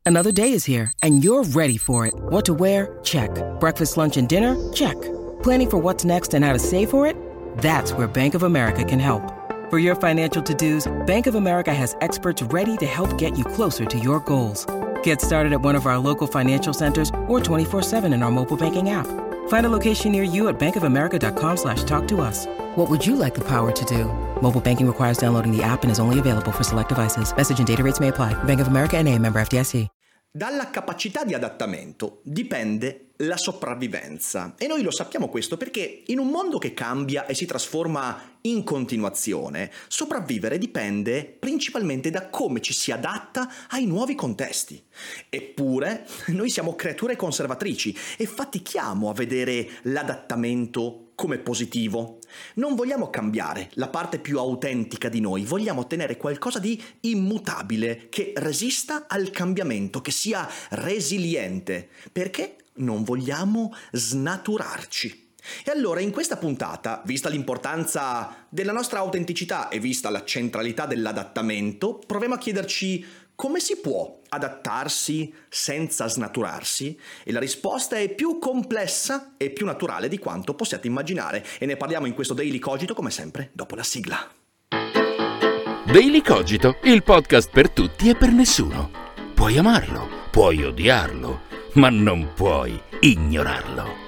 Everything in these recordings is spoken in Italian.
Another day is here, and you're ready for it. What to wear? Check. Breakfast, lunch, and dinner? Check. Planning for what's next and how to save for it? That's where Bank of America can help. For your financial to-dos, Bank of America has experts ready to help get you closer to your goals. Get started at one of our local financial centers or 24/7 in our mobile banking app. Find a location near you at bankofamerica.com/talktous. What would you like the power to do? Mobile banking requires downloading the app and is only available for select devices. Message and data rates may apply. Bank of America N.A., member FDIC. Dalla capacità di adattamento dipende la sopravvivenza, e noi lo sappiamo questo perché in un mondo che cambia e si trasforma in continuazione, sopravvivere dipende principalmente da come ci si adatta ai nuovi contesti. Eppure noi siamo creature conservatrici e fatichiamo a vedere l'adattamento come positivo. Non vogliamo cambiare la parte più autentica di noi, vogliamo ottenere qualcosa di immutabile, che resista al cambiamento, che sia resiliente, perché non vogliamo snaturarci. E allora in questa puntata, vista l'importanza della nostra autenticità e vista la centralità dell'adattamento, proviamo a chiederci come si può adattarsi senza snaturarsi? E la risposta è più complessa e più naturale di quanto possiate immaginare, e ne parliamo in questo Daily Cogito come sempre dopo la sigla. Daily Cogito, il podcast per tutti e per nessuno. Puoi amarlo, puoi odiarlo, ma non puoi ignorarlo.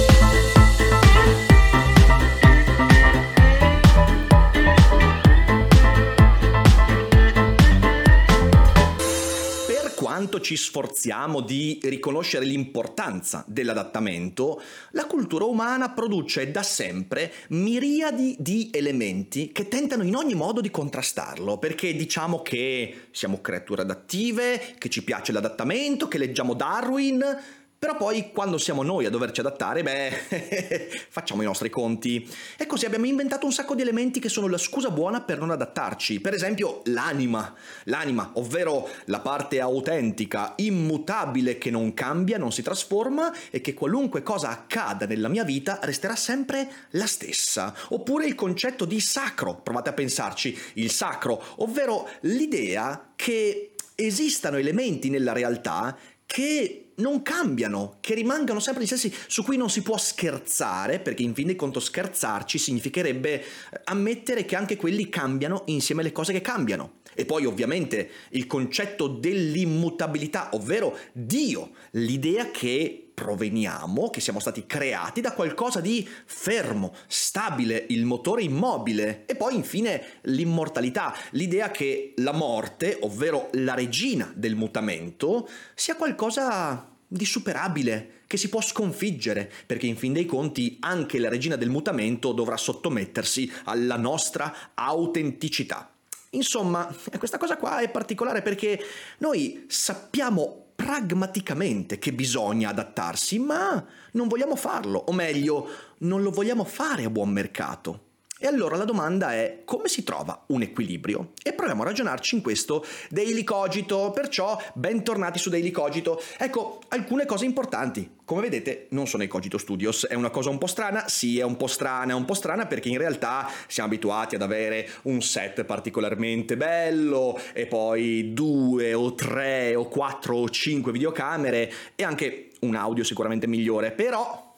Quanto ci sforziamo di riconoscere l'importanza dell'adattamento, la cultura umana produce da sempre miriadi di elementi che tentano in ogni modo di contrastarlo, perché diciamo che siamo creature adattive, che ci piace l'adattamento, che leggiamo Darwin. Però poi quando siamo noi a doverci adattare, facciamo i nostri conti. E così abbiamo inventato un sacco di elementi che sono la scusa buona per non adattarci. Per esempio l'anima, ovvero la parte autentica, immutabile, che non cambia, non si trasforma e che qualunque cosa accada nella mia vita resterà sempre la stessa. Oppure il concetto di sacro, provate a pensarci, il sacro, ovvero l'idea che esistano elementi nella realtà che non cambiano, che rimangano sempre gli stessi, su cui non si può scherzare, perché in fin dei conti scherzarci significherebbe ammettere che anche quelli cambiano insieme alle cose che cambiano. E poi ovviamente il concetto dell'immutabilità, ovvero Dio, l'idea che proveniamo, che siamo stati creati da qualcosa di fermo, stabile, il motore immobile. E poi infine l'immortalità, l'idea che la morte, ovvero la regina del mutamento, sia qualcosa di superabile, che si può sconfiggere, perché in fin dei conti anche la regina del mutamento dovrà sottomettersi alla nostra autenticità. Insomma, questa cosa qua è particolare perché noi sappiamo pragmaticamente che bisogna adattarsi, ma non vogliamo farlo, o meglio, non lo vogliamo fare a buon mercato. E allora la domanda è: come si trova un equilibrio? E proviamo a ragionarci in questo Daily Cogito, perciò bentornati su Daily Cogito. Ecco, alcune cose importanti. Come vedete non sono i Cogito Studios, è una cosa un po' strana, sì è un po' strana perché in realtà siamo abituati ad avere un set particolarmente bello e poi 2 o 3 o 4 o 5 videocamere e anche un audio sicuramente migliore, però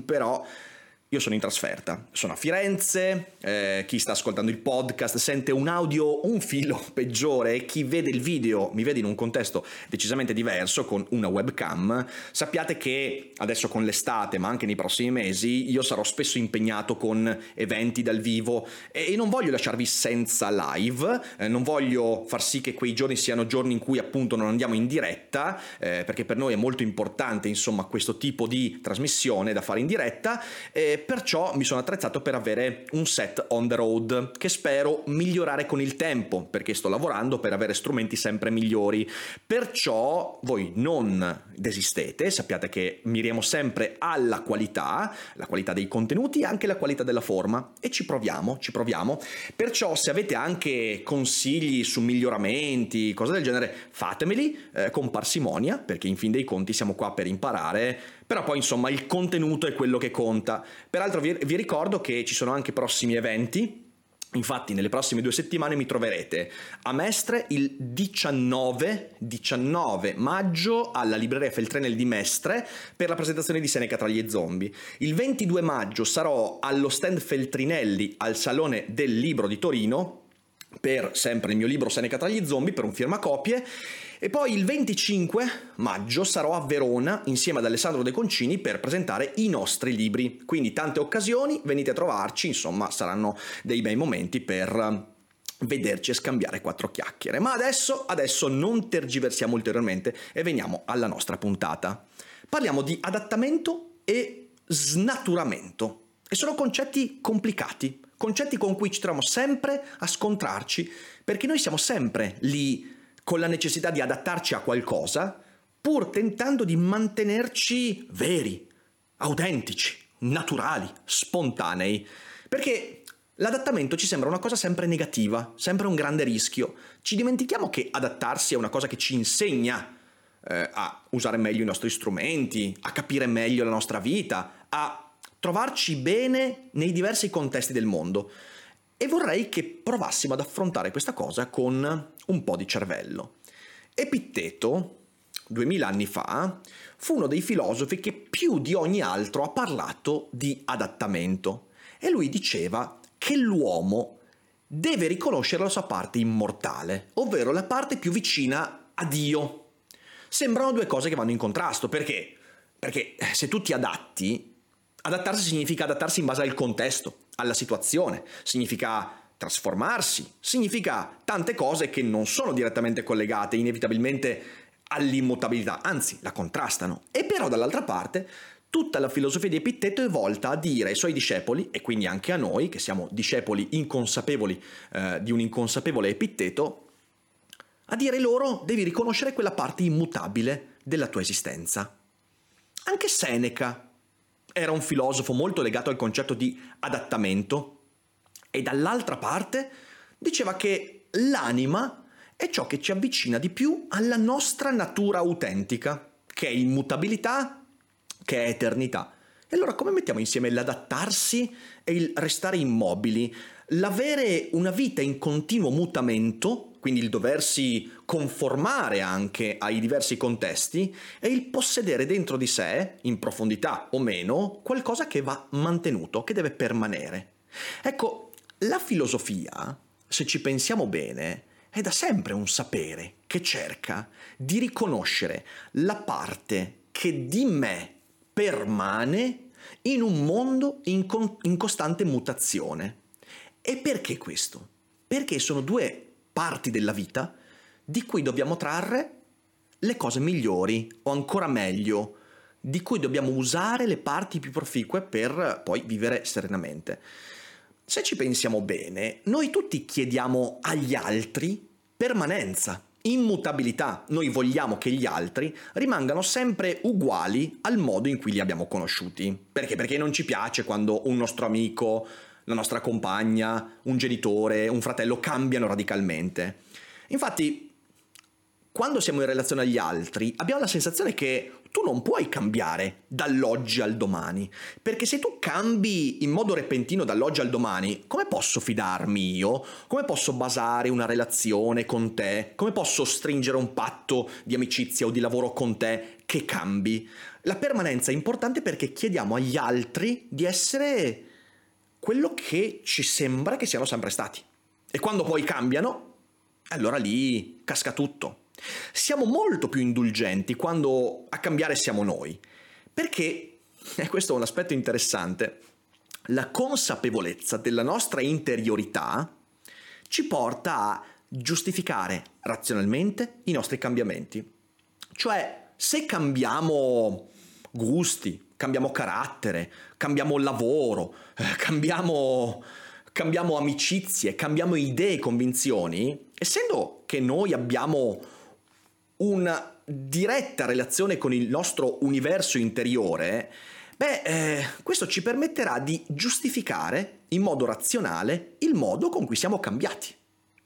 io sono in trasferta, sono a Firenze, chi sta ascoltando il podcast sente un audio un filo peggiore e chi vede il video mi vede in un contesto decisamente diverso con una webcam. Sappiate che adesso con l'estate, ma anche nei prossimi mesi, io sarò spesso impegnato con eventi dal vivo e non voglio lasciarvi senza live, non voglio far sì che quei giorni siano giorni in cui appunto non andiamo in diretta, perché per noi è molto importante insomma questo tipo di trasmissione da fare in diretta. Perciò mi sono attrezzato per avere un set on the road che spero migliorare con il tempo, perché sto lavorando per avere strumenti sempre migliori. Perciò voi non desistete, sappiate che miriamo sempre alla qualità, la qualità dei contenuti e anche la qualità della forma, e ci proviamo. Perciò se avete anche consigli su miglioramenti, cose del genere, fatemeli con parsimonia, perché in fin dei conti siamo qua per imparare. Però poi insomma il contenuto è quello che conta. Peraltro vi ricordo che ci sono anche prossimi eventi Infatti nelle prossime 2 settimane mi troverete a Mestre il 19 maggio alla libreria Feltrinelli di Mestre per la presentazione di Seneca tra gli zombie. Il 22 maggio sarò allo stand Feltrinelli al Salone del Libro di Torino per sempre il mio libro Seneca tra gli zombie, per un firmacopie, e poi il 25 maggio sarò a Verona insieme ad Alessandro De Concini per presentare i nostri libri. Quindi tante occasioni, venite a trovarci, insomma saranno dei bei momenti per vederci e scambiare 4 chiacchiere. Ma adesso non tergiversiamo ulteriormente e veniamo alla nostra puntata. Parliamo di adattamento e snaturamento. E sono concetti complicati, concetti con cui ci troviamo sempre a scontrarci, perché noi siamo sempre lì con la necessità di adattarci a qualcosa, pur tentando di mantenerci veri, autentici, naturali, spontanei. Perché l'adattamento ci sembra una cosa sempre negativa, sempre un grande rischio. Ci dimentichiamo che adattarsi è una cosa che ci insegna a usare meglio i nostri strumenti, a capire meglio la nostra vita, a trovarci bene nei diversi contesti del mondo. E vorrei che provassimo ad affrontare questa cosa con un po' di cervello. Epitteto, 2000 anni fa, fu uno dei filosofi che più di ogni altro ha parlato di adattamento. E lui diceva che l'uomo deve riconoscere la sua parte immortale, ovvero la parte più vicina a Dio. Sembrano 2 cose che vanno in contrasto. Perché? Perché se tu ti adatti, adattarsi significa adattarsi in base al contesto, alla situazione, significa trasformarsi, significa tante cose che non sono direttamente collegate inevitabilmente all'immutabilità, anzi la contrastano. E però dall'altra parte tutta la filosofia di Epitteto è volta a dire ai suoi discepoli, e quindi anche a noi che siamo discepoli inconsapevoli di un inconsapevole Epitteto, a dire loro: devi riconoscere quella parte immutabile della tua esistenza. Anche Seneca era un filosofo molto legato al concetto di adattamento e dall'altra parte diceva che l'anima è ciò che ci avvicina di più alla nostra natura autentica, che è immutabilità, che è eternità. E allora come mettiamo insieme l'adattarsi e il restare immobili, l'avere una vita in continuo mutamento, quindi il doversi conformare anche ai diversi contesti, e il possedere dentro di sé, in profondità o meno, qualcosa che va mantenuto, che deve permanere? Ecco, la filosofia, se ci pensiamo bene, è da sempre un sapere che cerca di riconoscere la parte che di me permane in un mondo in costante mutazione. E perché questo? Perché sono 2 parti della vita di cui dobbiamo trarre le cose migliori, o ancora meglio, di cui dobbiamo usare le parti più proficue per poi vivere serenamente. Se ci pensiamo bene, noi tutti chiediamo agli altri permanenza, immutabilità. Noi vogliamo che gli altri rimangano sempre uguali al modo in cui li abbiamo conosciuti. Perché? Perché non ci piace quando un nostro amico, la nostra compagna, un genitore, un fratello cambiano radicalmente. Infatti, quando siamo in relazione agli altri, abbiamo la sensazione che tu non puoi cambiare dall'oggi al domani, perché se tu cambi in modo repentino dall'oggi al domani, come posso fidarmi io? Come posso basare una relazione con te? Come posso stringere un patto di amicizia o di lavoro con te che cambi? La permanenza è importante perché chiediamo agli altri di essere quello che ci sembra che siano sempre stati. E quando poi cambiano, allora lì casca tutto. Siamo molto più indulgenti quando a cambiare siamo noi, perché, e questo è un aspetto interessante, la consapevolezza della nostra interiorità ci porta a giustificare razionalmente i nostri cambiamenti. Cioè, se cambiamo gusti, cambiamo carattere, cambiamo lavoro, cambiamo amicizie, cambiamo idee e convinzioni, essendo che noi abbiamo una diretta relazione con il nostro universo interiore, questo ci permetterà di giustificare in modo razionale il modo con cui siamo cambiati.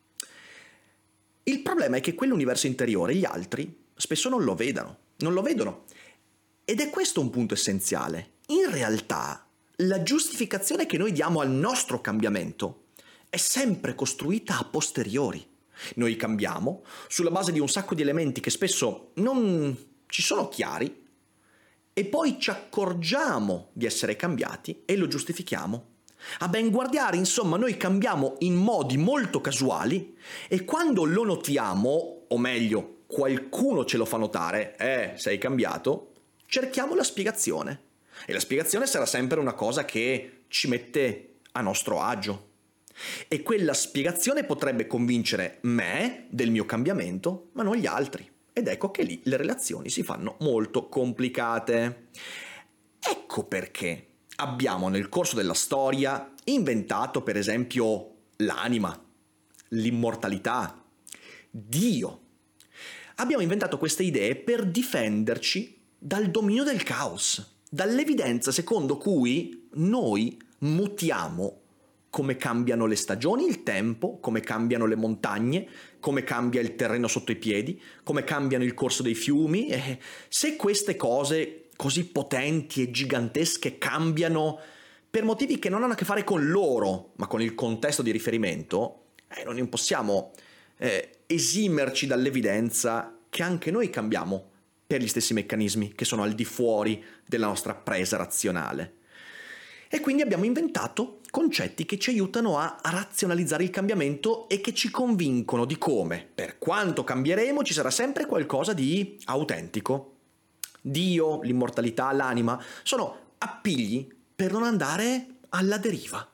Il problema è che quell'universo interiore gli altri spesso non lo vedono. Ed è questo un punto essenziale. In realtà, la giustificazione che noi diamo al nostro cambiamento è sempre costruita a posteriori. Noi cambiamo sulla base di un sacco di elementi che spesso non ci sono chiari e poi ci accorgiamo di essere cambiati e lo giustifichiamo. A ben guardare, insomma, noi cambiamo in modi molto casuali e quando lo notiamo, o meglio, qualcuno ce lo fa notare, sei cambiato, cerchiamo la spiegazione. E la spiegazione sarà sempre una cosa che ci mette a nostro agio. E quella spiegazione potrebbe convincere me del mio cambiamento, ma non gli altri. Ed ecco che lì le relazioni si fanno molto complicate. Ecco perché abbiamo nel corso della storia inventato, per esempio, l'anima, l'immortalità, Dio. Abbiamo inventato queste idee per difenderci dal dominio del caos, dall'evidenza secondo cui noi mutiamo come cambiano le stagioni, il tempo, come cambiano le montagne, come cambia il terreno sotto i piedi, come cambiano il corso dei fiumi. E se queste cose così potenti e gigantesche cambiano per motivi che non hanno a che fare con loro, ma con il contesto di riferimento, non possiamo esimerci dall'evidenza che anche noi cambiamo per gli stessi meccanismi che sono al di fuori della nostra presa razionale. E quindi abbiamo inventato concetti che ci aiutano a razionalizzare il cambiamento e che ci convincono di come, per quanto cambieremo, ci sarà sempre qualcosa di autentico. Dio, l'immortalità, l'anima sono appigli per non andare alla deriva.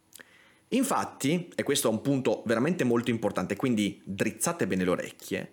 Infatti, e questo è un punto veramente molto importante, quindi drizzate bene le orecchie,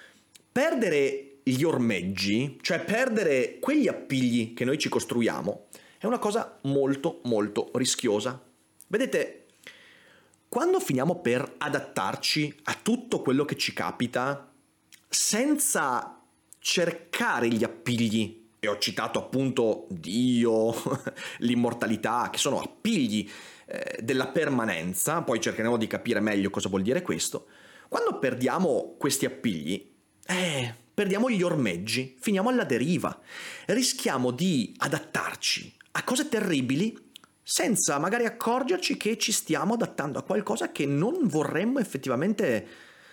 perdere gli ormeggi, cioè perdere quegli appigli che noi ci costruiamo, è una cosa molto molto rischiosa. Vedete, quando finiamo per adattarci a tutto quello che ci capita, senza cercare gli appigli, e ho citato appunto Dio, l'immortalità, che sono appigli della permanenza, poi cercheremo di capire meglio cosa vuol dire questo, quando perdiamo questi appigli, perdiamo gli ormeggi, finiamo alla deriva, rischiamo di adattarci a cose terribili senza magari accorgerci che ci stiamo adattando a qualcosa che non vorremmo effettivamente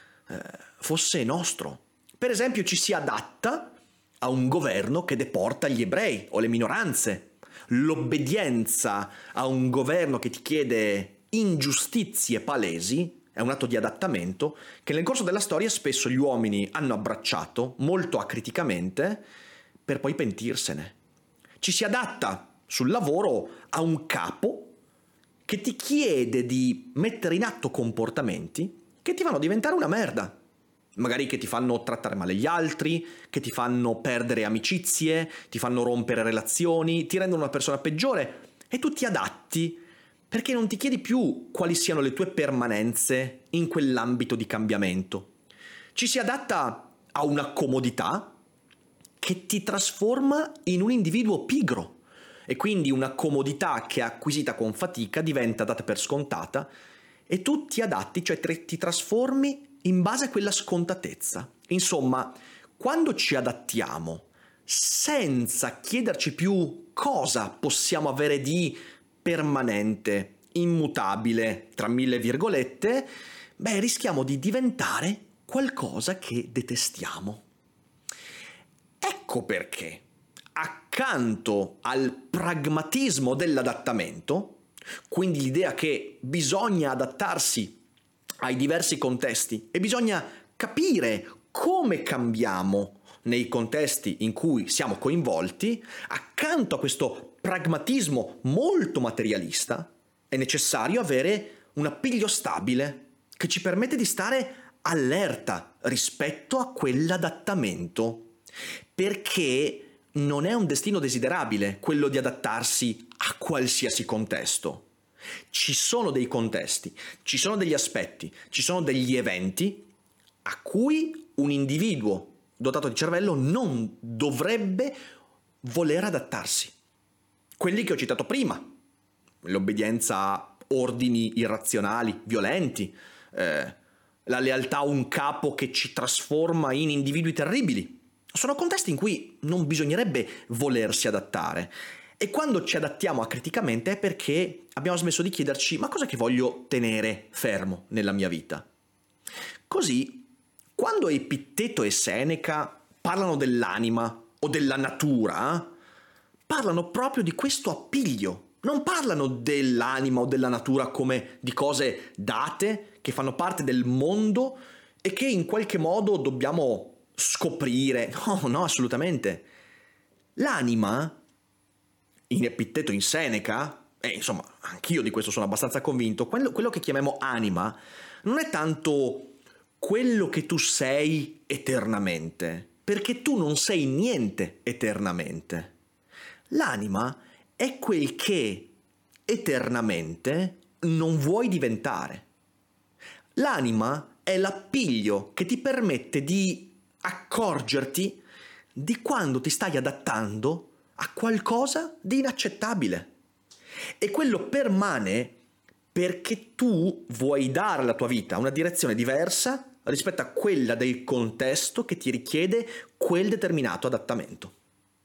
fosse nostro. Per esempio ci si adatta a un governo che deporta gli ebrei o le minoranze, l'obbedienza a un governo che ti chiede ingiustizie palesi è un atto di adattamento che nel corso della storia spesso gli uomini hanno abbracciato molto acriticamente per poi pentirsene. Ci si adatta sul lavoro a un capo che ti chiede di mettere in atto comportamenti che ti fanno diventare una merda. Magari che ti fanno trattare male gli altri, che ti fanno perdere amicizie, ti fanno rompere relazioni, ti rendono una persona peggiore e tu ti adatti perché non ti chiedi più quali siano le tue permanenze in quell'ambito di cambiamento. Ci si adatta a una comodità che ti trasforma in un individuo pigro e quindi una comodità che è acquisita con fatica diventa data per scontata e tu ti adatti, cioè ti trasformi in base a quella scontatezza. Insomma, quando ci adattiamo senza chiederci più cosa possiamo avere di permanente, immutabile, tra mille virgolette, rischiamo di diventare qualcosa che detestiamo. Ecco perché, accanto al pragmatismo dell'adattamento, quindi l'idea che bisogna adattarsi ai diversi contesti e bisogna capire come cambiamo nei contesti in cui siamo coinvolti, accanto a questo pragmatismo molto materialista, è necessario avere un appiglio stabile che ci permette di stare allerta rispetto a quell'adattamento, perché non è un destino desiderabile quello di adattarsi a qualsiasi contesto. Ci sono dei contesti, ci sono degli aspetti, ci sono degli eventi a cui un individuo dotato di cervello non dovrebbe voler adattarsi. Quelli che ho citato prima, l'obbedienza a ordini irrazionali, violenti, la lealtà a un capo che ci trasforma in individui terribili. Sono contesti in cui non bisognerebbe volersi adattare E quando ci adattiamo acriticamente è perché abbiamo smesso di chiederci: ma cosa che voglio tenere fermo nella mia vita? Così, quando Epitteto e Seneca parlano dell'anima o della natura, parlano proprio di questo appiglio. Non parlano dell'anima o della natura come di cose date, che fanno parte del mondo e che in qualche modo dobbiamo scoprire. No, assolutamente. L'anima, in Epitteto, in Seneca, e insomma, anch'io di questo sono abbastanza convinto, quello che chiamiamo anima non è tanto quello che tu sei eternamente, perché tu non sei niente eternamente. L'anima è quel che eternamente non vuoi diventare. L'anima è l'appiglio che ti permette di accorgerti di quando ti stai adattando a qualcosa di inaccettabile. E quello permane perché tu vuoi dare alla tua vita una direzione diversa rispetto a quella del contesto che ti richiede quel determinato adattamento.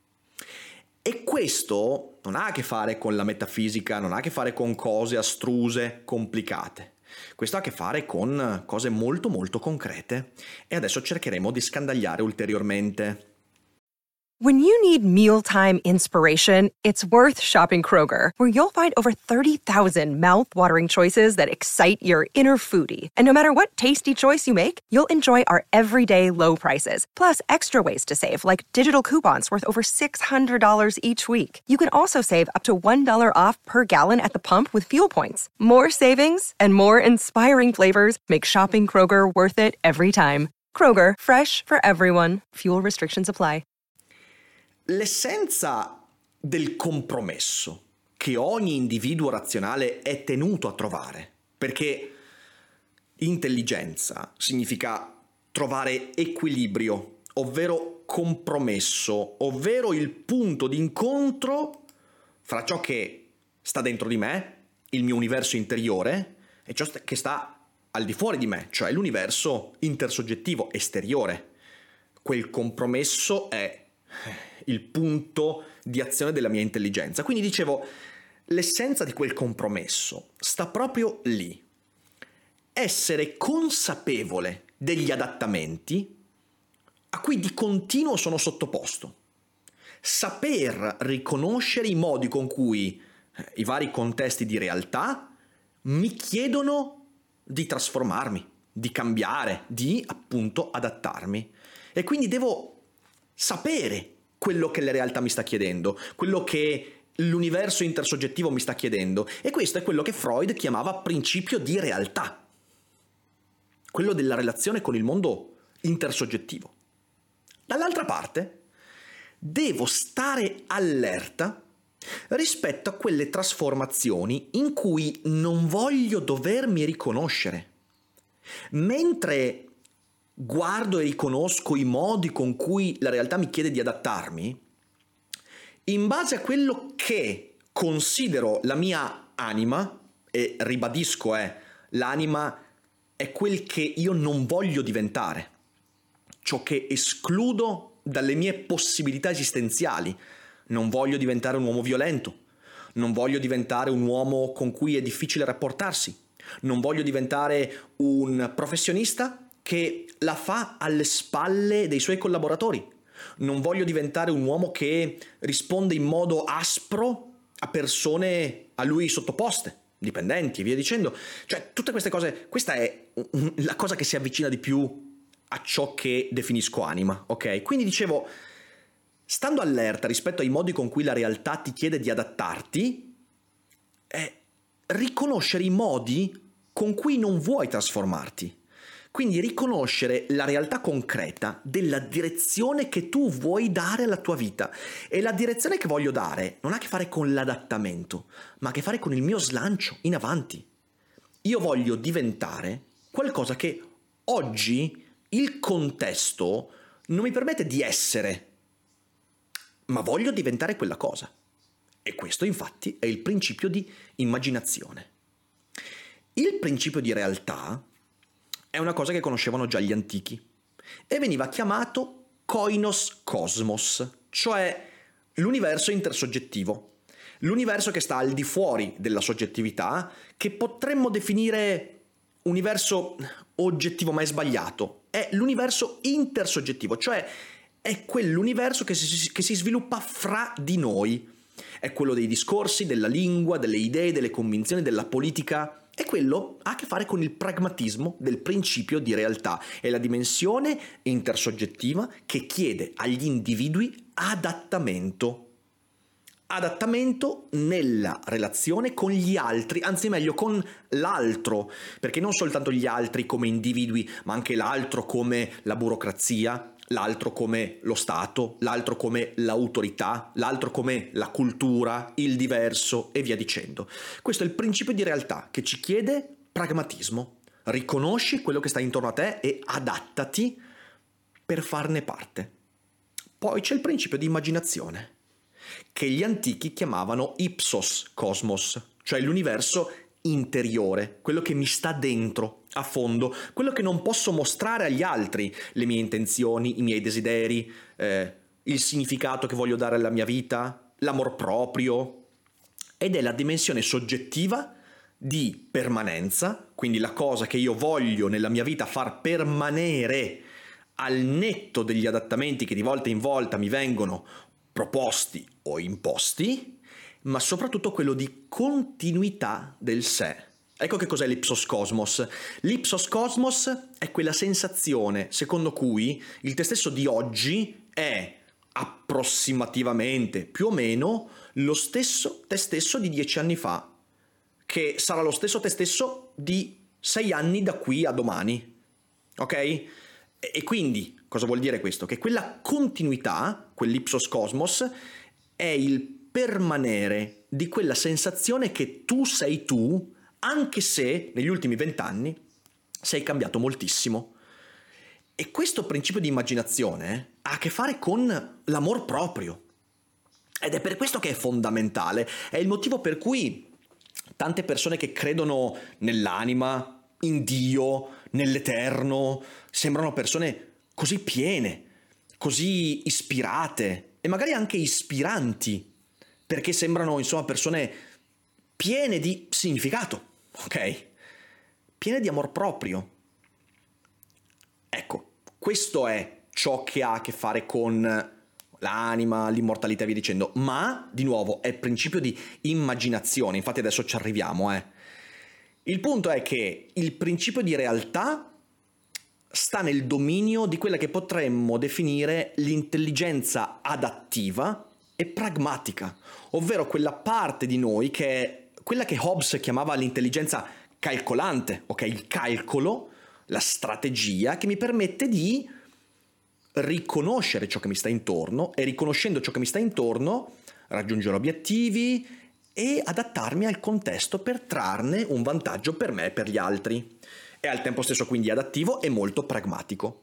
E questo non ha a che fare con la metafisica, non ha a che fare con cose astruse, complicate. Questo ha a che fare con cose molto molto concrete e adesso cercheremo di scandagliare ulteriormente. When you need mealtime inspiration, it's worth shopping Kroger, where you'll find over 30,000 mouth-watering choices that excite your inner foodie. And no matter what tasty choice you make, you'll enjoy our everyday low prices, plus extra ways to save, like digital coupons worth over $600 each week. You can also save up to $1 off per gallon at the pump with fuel points. More savings and more inspiring flavors make shopping Kroger worth it every time. Kroger, fresh for everyone. Fuel restrictions apply. L'essenza del compromesso che ogni individuo razionale è tenuto a trovare, perché intelligenza significa trovare equilibrio, ovvero compromesso, ovvero il punto di incontro fra ciò che sta dentro di me, il mio universo interiore, e ciò che sta al di fuori di me, cioè l'universo intersoggettivo esteriore. Quel compromesso è il punto di azione della mia intelligenza. Quindi dicevo, l'essenza di quel compromesso sta proprio lì. Essere consapevole degli adattamenti a cui di continuo sono sottoposto. Saper riconoscere i modi con cui i vari contesti di realtà mi chiedono di trasformarmi, di cambiare, di appunto adattarmi. E quindi devo sapere quello che la realtà mi sta chiedendo, quello che l'universo intersoggettivo mi sta chiedendo. E questo è quello che Freud chiamava principio di realtà, quello della relazione con il mondo intersoggettivo. Dall'altra parte, devo stare allerta rispetto a quelle trasformazioni in cui non voglio dovermi riconoscere. Mentre guardo e riconosco i modi con cui la realtà mi chiede di adattarmi, in base a quello che considero la mia anima, e ribadisco l'anima è quel che io non voglio diventare, ciò che escludo dalle mie possibilità esistenziali. Non voglio diventare un uomo violento, non voglio diventare un uomo con cui è difficile rapportarsi, non voglio diventare un professionista che la fa alle spalle dei suoi collaboratori. Non voglio diventare un uomo che risponde in modo aspro a persone a lui sottoposte, dipendenti e via dicendo. Cioè, tutte queste cose, questa è la cosa che si avvicina di più a ciò che definisco anima, ok? Quindi dicevo, stando allerta rispetto ai modi con cui la realtà ti chiede di adattarti, è riconoscere i modi con cui non vuoi trasformarti. Quindi riconoscere la realtà concreta della direzione che tu vuoi dare alla tua vita. E la direzione che voglio dare non ha a che fare con l'adattamento, ma ha a che fare con il mio slancio in avanti. Io voglio diventare qualcosa che oggi il contesto non mi permette di essere, ma voglio diventare quella cosa. E questo infatti è il principio di immaginazione. Il principio di realtà è una cosa che conoscevano già gli antichi e veniva chiamato koinos cosmos, cioè l'universo intersoggettivo. l'universo che sta al di fuori della soggettività, che potremmo definire universo oggettivo, ma è sbagliato. È l'universo intersoggettivo, cioè è quell'universo che si sviluppa fra di noi. È quello dei discorsi, della lingua, delle idee, delle convinzioni, della politica. E quello ha a che fare con il pragmatismo del principio di realtà. È la dimensione intersoggettiva che chiede agli individui adattamento. Adattamento nella relazione con gli altri, anzi meglio con l'altro, perché non soltanto gli altri come individui, ma anche l'altro come la burocrazia, l'altro come lo Stato, l'altro come l'autorità, l'altro come la cultura, il diverso e via dicendo. Questo è il principio di realtà che ci chiede pragmatismo. Riconosci quello che sta intorno a te e adattati per farne parte. Poi c'è il principio di immaginazione, che gli antichi chiamavano ipsos cosmos, cioè l'universo interiore, quello che mi sta dentro, a fondo, quello che non posso mostrare agli altri, le mie intenzioni, i miei desideri, il significato che voglio dare alla mia vita, l'amor proprio, ed è la dimensione soggettiva di permanenza, quindi la cosa che io voglio nella mia vita far permanere al netto degli adattamenti che di volta in volta mi vengono proposti o imposti, ma soprattutto quello di continuità del sé. Ecco che cos'è l'ipsos cosmos. L'ipsos cosmos è quella sensazione secondo cui il te stesso di oggi è approssimativamente, più o meno, lo stesso te stesso di 10 anni fa, che sarà lo stesso te stesso di 6 anni da qui a domani. Ok? E quindi, cosa vuol dire questo? Che quella continuità, quell'ipsos cosmos, è il permanere di quella sensazione che tu sei tu, anche se negli ultimi 20 anni sei cambiato moltissimo. E questo principio di immaginazione ha a che fare con l'amor proprio. Ed è per questo che è fondamentale. È il motivo per cui tante persone che credono nell'anima, in Dio, nell'eterno, sembrano persone così piene, così ispirate e magari anche ispiranti, perché sembrano insomma persone piene di significato, ok? Piene di amor proprio. Ecco, questo è ciò che ha a che fare con l'anima, l'immortalità e via dicendo, ma di nuovo è principio di immaginazione, infatti adesso ci arriviamo, Il punto è che il principio di realtà sta nel dominio di quella che potremmo definire l'intelligenza adattiva e pragmatica, ovvero quella parte di noi che è quella che Hobbes chiamava l'intelligenza calcolante, ok? Il calcolo, la strategia che mi permette di riconoscere ciò che mi sta intorno e riconoscendo ciò che mi sta intorno raggiungere obiettivi e adattarmi al contesto per trarne un vantaggio per me e per gli altri. È al tempo stesso quindi adattivo e molto pragmatico.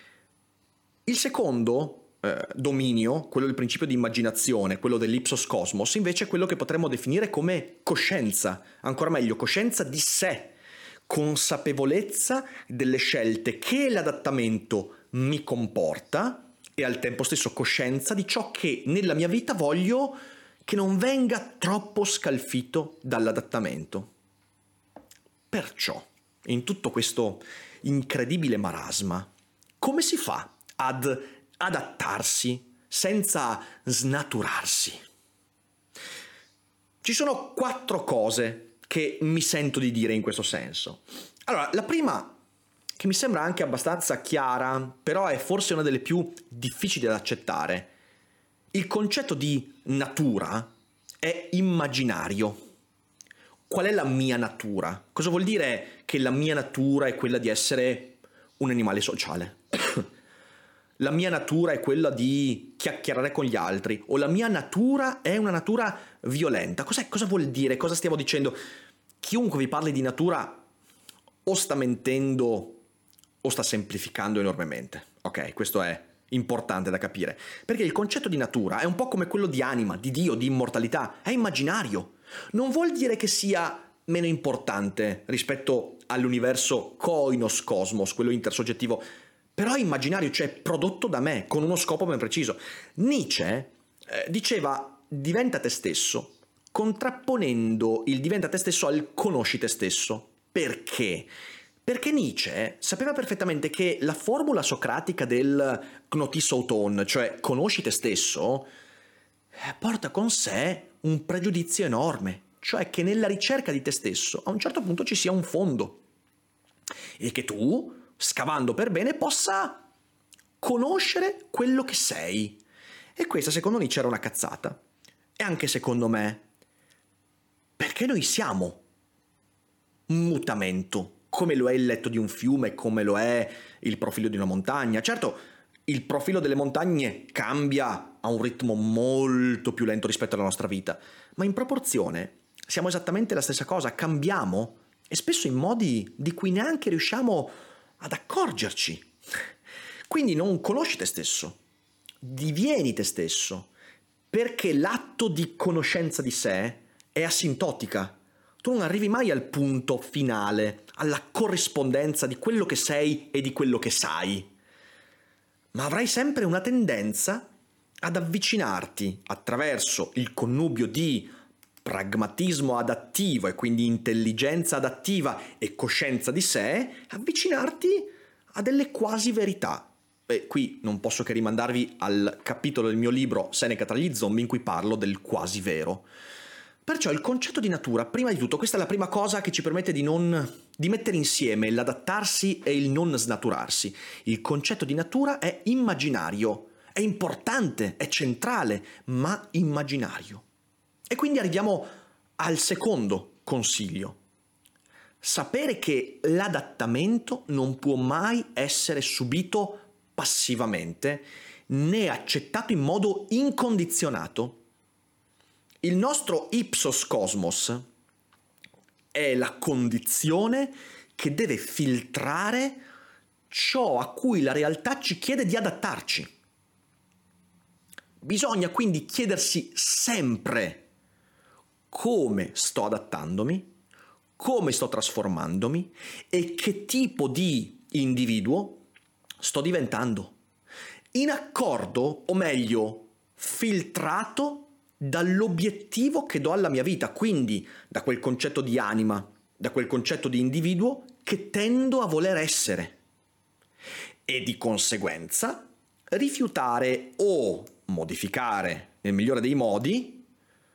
Il secondo dominio, quello del principio di immaginazione, quello dell'ipsos cosmos, invece è quello che potremmo definire come coscienza, ancora meglio coscienza di sé, consapevolezza delle scelte che l'adattamento mi comporta e al tempo stesso coscienza di ciò che nella mia vita voglio che non venga troppo scalfito dall'adattamento. Perciò, in tutto questo incredibile marasma, come si fa ad adattarsi senza snaturarsi? Ci sono 4 cose che mi sento di dire in questo senso. Allora, la prima, che mi sembra anche abbastanza chiara, però è forse una delle più difficili da accettare. Il concetto di natura è immaginario. Qual è la mia natura? Cosa vuol dire che la mia natura è quella di essere un animale sociale? La mia natura è quella di chiacchierare con gli altri, o la mia natura è una natura violenta. Cosa vuol dire? Cosa stiamo dicendo? Chiunque vi parli di natura o sta mentendo o sta semplificando enormemente. Ok, questo è importante da capire, perché il concetto di natura è un po' come quello di anima, di Dio, di immortalità, è immaginario. Non vuol dire che sia meno importante rispetto all'universo koinos cosmos, quello intersoggettivo, però è immaginario, cioè prodotto da me, con uno scopo ben preciso. Nietzsche diceva: diventa te stesso, contrapponendo il diventa te stesso al conosci te stesso. Perché? Perché Nietzsche sapeva perfettamente che la formula socratica del gnotis auton, cioè conosci te stesso, porta con sé un pregiudizio enorme, cioè che nella ricerca di te stesso a un certo punto ci sia un fondo e che tu, scavando per bene, possa conoscere quello che sei. E questa secondo Nietzsche era una cazzata. E anche secondo me, perché noi siamo un mutamento, come lo è il letto di un fiume, come lo è il profilo di una montagna. Certo, il profilo delle montagne cambia a un ritmo molto più lento rispetto alla nostra vita, ma in proporzione siamo esattamente la stessa cosa, cambiamo e spesso in modi di cui neanche riusciamo ad accorgerci. Quindi non conosci te stesso, divieni te stesso, perché l'atto di conoscenza di sé è asintotica. Tu non arrivi mai al punto finale, alla corrispondenza di quello che sei e di quello che sai, ma avrai sempre una tendenza ad avvicinarti attraverso il connubio di pragmatismo adattivo e quindi intelligenza adattiva e coscienza di sé, avvicinarti a delle quasi verità. E qui non posso che rimandarvi al capitolo del mio libro Seneca tra gli zombie in cui parlo del quasi vero. Perciò il concetto di natura, prima di tutto, questa è la prima cosa che ci permette di mettere insieme l'adattarsi e il non snaturarsi. Il concetto di natura è immaginario, è importante, è centrale, ma immaginario. E quindi arriviamo al secondo consiglio. Sapere che l'adattamento non può mai essere subito passivamente né accettato in modo incondizionato. Il nostro ipsos cosmos è la condizione che deve filtrare ciò a cui la realtà ci chiede di adattarci. Bisogna quindi chiedersi sempre come sto adattandomi, come sto trasformandomi e che tipo di individuo sto diventando, in accordo, o meglio, filtrato dall'obiettivo che do alla mia vita, quindi da quel concetto di anima, da quel concetto di individuo che tendo a voler essere. E di conseguenza rifiutare o modificare, nel migliore dei modi,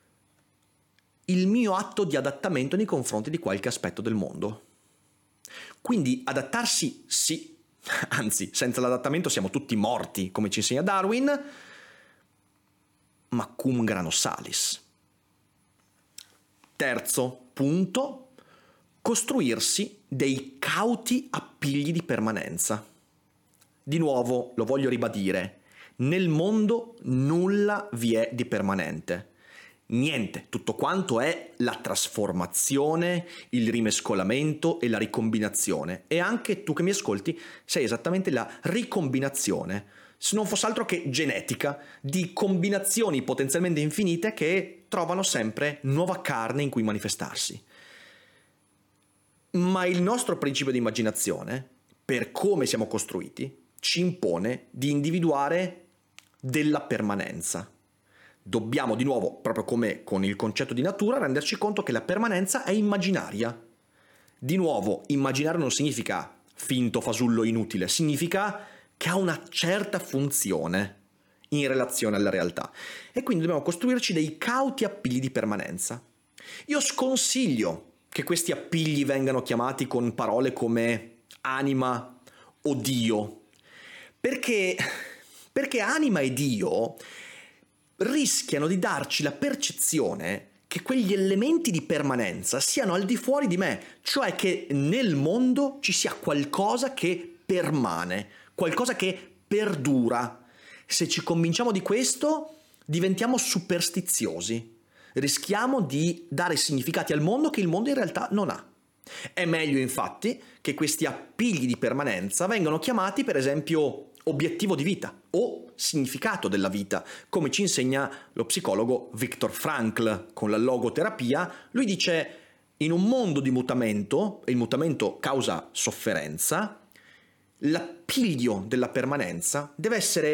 il mio atto di adattamento nei confronti di qualche aspetto del mondo. Quindi adattarsi sì, anzi, senza l'adattamento siamo tutti morti, come ci insegna Darwin, ma cum grano salis. Terzo punto, costruirsi dei cauti appigli di permanenza. Di nuovo, lo voglio ribadire, nel mondo nulla vi è di permanente. Niente, tutto quanto è la trasformazione, il rimescolamento e la ricombinazione. E anche tu che mi ascolti sei esattamente la ricombinazione, se non fosse altro che genetica, di combinazioni potenzialmente infinite che trovano sempre nuova carne in cui manifestarsi. Ma il nostro principio di immaginazione, per come siamo costruiti, ci impone di individuare della permanenza. Dobbiamo di nuovo, proprio come con il concetto di natura, renderci conto che la permanenza è immaginaria. Di nuovo, immaginare non significa finto fasullo inutile, significa che ha una certa funzione in relazione alla realtà. E quindi dobbiamo costruirci dei cauti appigli di permanenza. Io sconsiglio che questi appigli vengano chiamati con parole come anima o Dio, perché anima e Dio rischiano di darci la percezione che quegli elementi di permanenza siano al di fuori di me, cioè che nel mondo ci sia qualcosa che permane, qualcosa che perdura. Se ci convinciamo di questo, diventiamo superstiziosi, rischiamo di dare significati al mondo che il mondo in realtà non ha. È meglio infatti che questi appigli di permanenza vengano chiamati per esempio obiettivo di vita o significato della vita, come ci insegna lo psicologo Viktor Frankl con la logoterapia. Lui dice: in un mondo di mutamento, e il mutamento causa sofferenza, l'appiglio della permanenza deve essere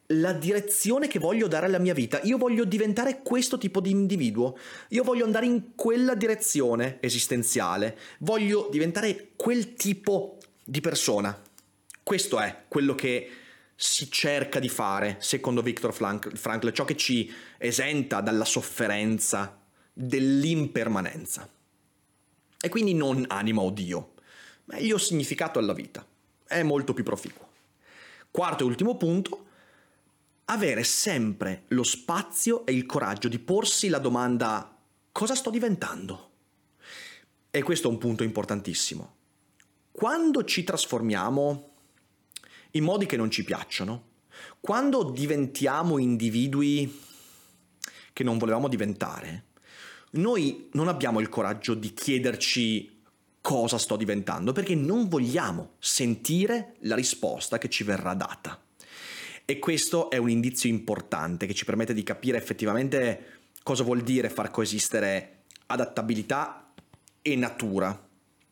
la direzione che voglio dare alla mia vita. Io voglio diventare questo tipo di individuo, io voglio andare in quella direzione esistenziale, voglio diventare quel tipo di persona. Questo è quello che si cerca di fare, secondo Viktor Frankl, ciò che ci esenta dalla sofferenza, dell'impermanenza. E quindi non anima o Dio, meglio significato alla vita. È molto più proficuo. Quarto e ultimo punto: avere sempre lo spazio e il coraggio di porsi la domanda: cosa sto diventando? E questo è un punto importantissimo. Quando ci trasformiamo in modi che non ci piacciono, quando diventiamo individui che non volevamo diventare, noi non abbiamo il coraggio di chiederci cosa sto diventando, perché non vogliamo sentire la risposta che ci verrà data. E questo è un indizio importante che ci permette di capire effettivamente cosa vuol dire far coesistere adattabilità e natura.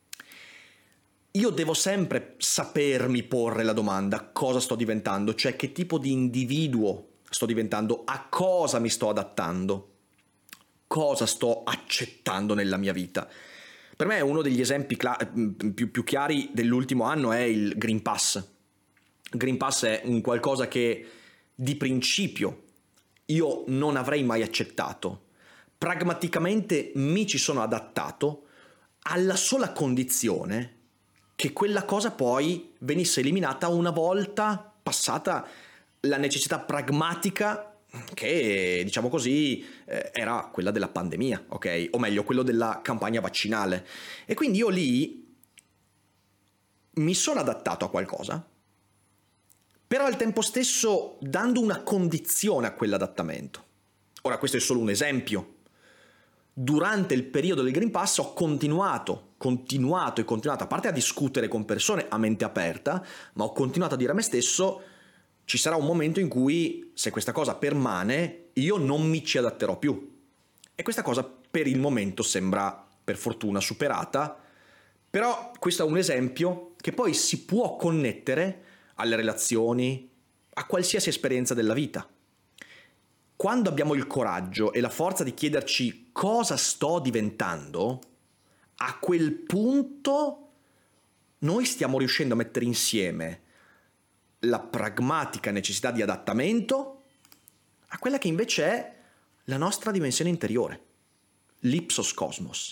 Io devo sempre sapermi porre la domanda: cosa sto diventando? Cioè, che tipo di individuo sto diventando? A cosa mi sto adattando? Cosa sto accettando nella mia vita? Per me uno degli esempi più chiari dell'ultimo anno è il Green Pass. Green Pass è un qualcosa che di principio io non avrei mai accettato. Pragmaticamente mi ci sono adattato alla sola condizione che quella cosa poi venisse eliminata una volta passata la necessità pragmatica che, diciamo così, era quella della pandemia, ok? O meglio, quello della campagna vaccinale. E quindi io lì mi sono adattato a qualcosa, però al tempo stesso dando una condizione a quell'adattamento. Ora, questo è solo un esempio. Durante il periodo del Green Pass ho continuato, a parte a discutere con persone a mente aperta, ma ho continuato a dire a me stesso: ci sarà un momento in cui, se questa cosa permane, io non mi ci adatterò più. E questa cosa per il momento sembra, per fortuna, superata, però questo è un esempio che poi si può connettere alle relazioni, a qualsiasi esperienza della vita. Quando abbiamo il coraggio e la forza di chiederci cosa sto diventando, a quel punto noi stiamo riuscendo a mettere insieme la pragmatica necessità di adattamento a quella che invece è la nostra dimensione interiore, l'Ipsos Cosmos.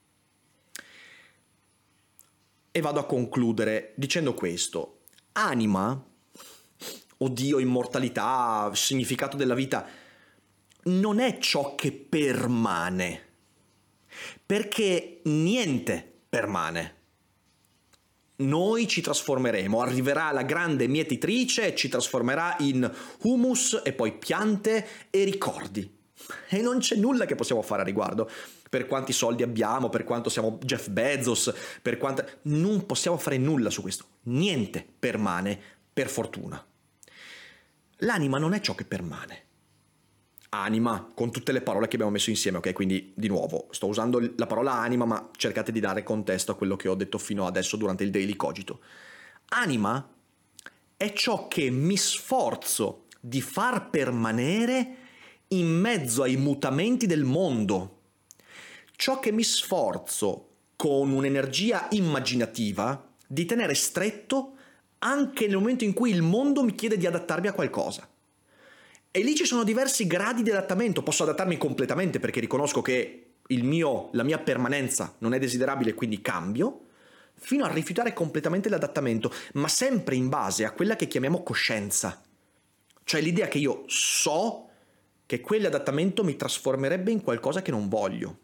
E vado a concludere dicendo questo: anima, o Dio, immortalità, significato della vita, non è ciò che permane, perché niente permane. Noi ci trasformeremo, arriverà la grande mietitrice e ci trasformerà in humus e poi piante e ricordi. E non c'è nulla che possiamo fare a riguardo. Per quanti soldi abbiamo, per quanto siamo Jeff Bezos, non possiamo fare nulla su questo. Niente permane, per fortuna. L'anima non è ciò che permane. Anima, con tutte le parole che abbiamo messo insieme, ok? Quindi, di nuovo, sto usando la parola anima, ma cercate di dare contesto a quello che ho detto fino adesso durante il Daily Cogito. Anima è ciò che mi sforzo di far permanere in mezzo ai mutamenti del mondo. Ciò che mi sforzo, con un'energia immaginativa, di tenere stretto anche nel momento in cui il mondo mi chiede di adattarmi a qualcosa. E lì ci sono diversi gradi di adattamento. Posso adattarmi completamente perché riconosco che la mia permanenza non è desiderabile e quindi cambio, fino a rifiutare completamente l'adattamento, ma sempre in base a quella che chiamiamo coscienza. Cioè l'idea che io so che quell'adattamento mi trasformerebbe in qualcosa che non voglio.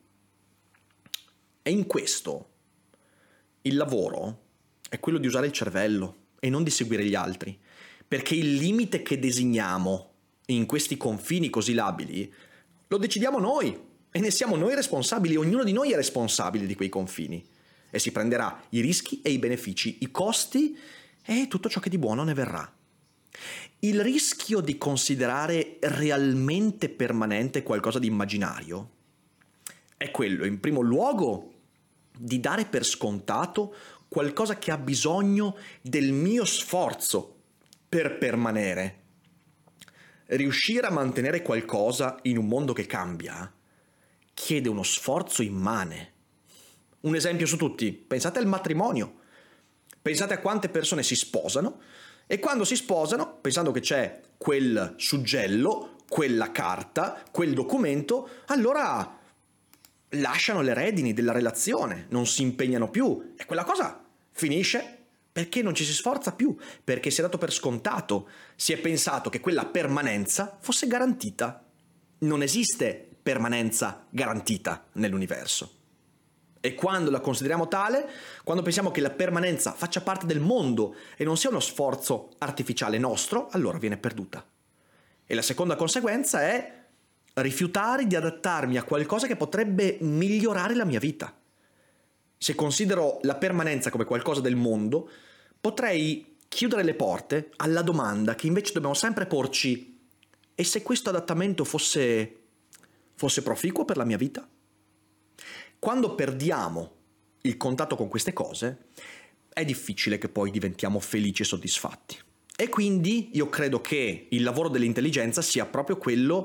E in questo il lavoro è quello di usare il cervello e non di seguire gli altri, perché il limite che designiamo in questi confini così labili lo decidiamo noi e ne siamo noi responsabili. Ognuno di noi è responsabile di quei confini e si prenderà i rischi e i benefici, i costi e tutto ciò che di buono ne verrà. Il rischio di considerare realmente permanente qualcosa di immaginario è quello, in primo luogo, di dare per scontato qualcosa che ha bisogno del mio sforzo per permanere. riuscire a mantenere qualcosa in un mondo che cambia chiede uno sforzo immane. Un esempio su tutti, pensate al matrimonio. Pensate a quante persone si sposano e quando si sposano, pensando che c'è quel suggello, quella carta, quel documento, allora lasciano le redini della relazione, non si impegnano più e quella cosa finisce perché non ci si sforza più, perché si è dato per scontato, si è pensato che quella permanenza fosse garantita. Non esiste permanenza garantita nell'universo. E quando la consideriamo tale, quando pensiamo che la permanenza faccia parte del mondo e non sia uno sforzo artificiale nostro, allora viene perduta. E la seconda conseguenza è rifiutare di adattarmi a qualcosa che potrebbe migliorare la mia vita. Se considero la permanenza come qualcosa del mondo, potrei chiudere le porte alla domanda che invece dobbiamo sempre porci: e se questo adattamento fosse proficuo per la mia vita? Quando perdiamo il contatto con queste cose, è difficile che poi diventiamo felici e soddisfatti. E quindi io credo che il lavoro dell'intelligenza sia proprio quello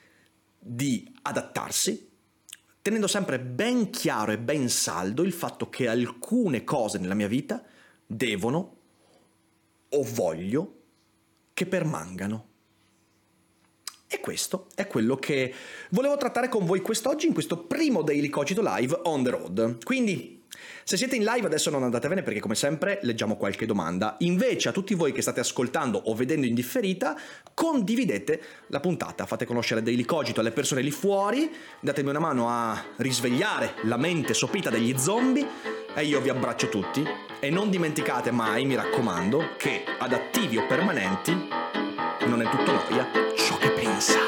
di adattarsi, tenendo sempre ben chiaro e ben saldo il fatto che alcune cose nella mia vita devono o voglio che permangano. E questo è quello che volevo trattare con voi quest'oggi in questo primo Daily Cogito Live on the road. Quindi, se siete in live adesso non andatevene perché come sempre leggiamo qualche domanda. Invece a tutti voi che state ascoltando o vedendo in differita, condividete la puntata, fate conoscere Daily Cogito alle persone lì fuori, datemi una mano a risvegliare la mente sopita degli zombie e io vi abbraccio tutti e non dimenticate mai, mi raccomando, che adattivi o permanenti non è tutto noia ciò che pensa.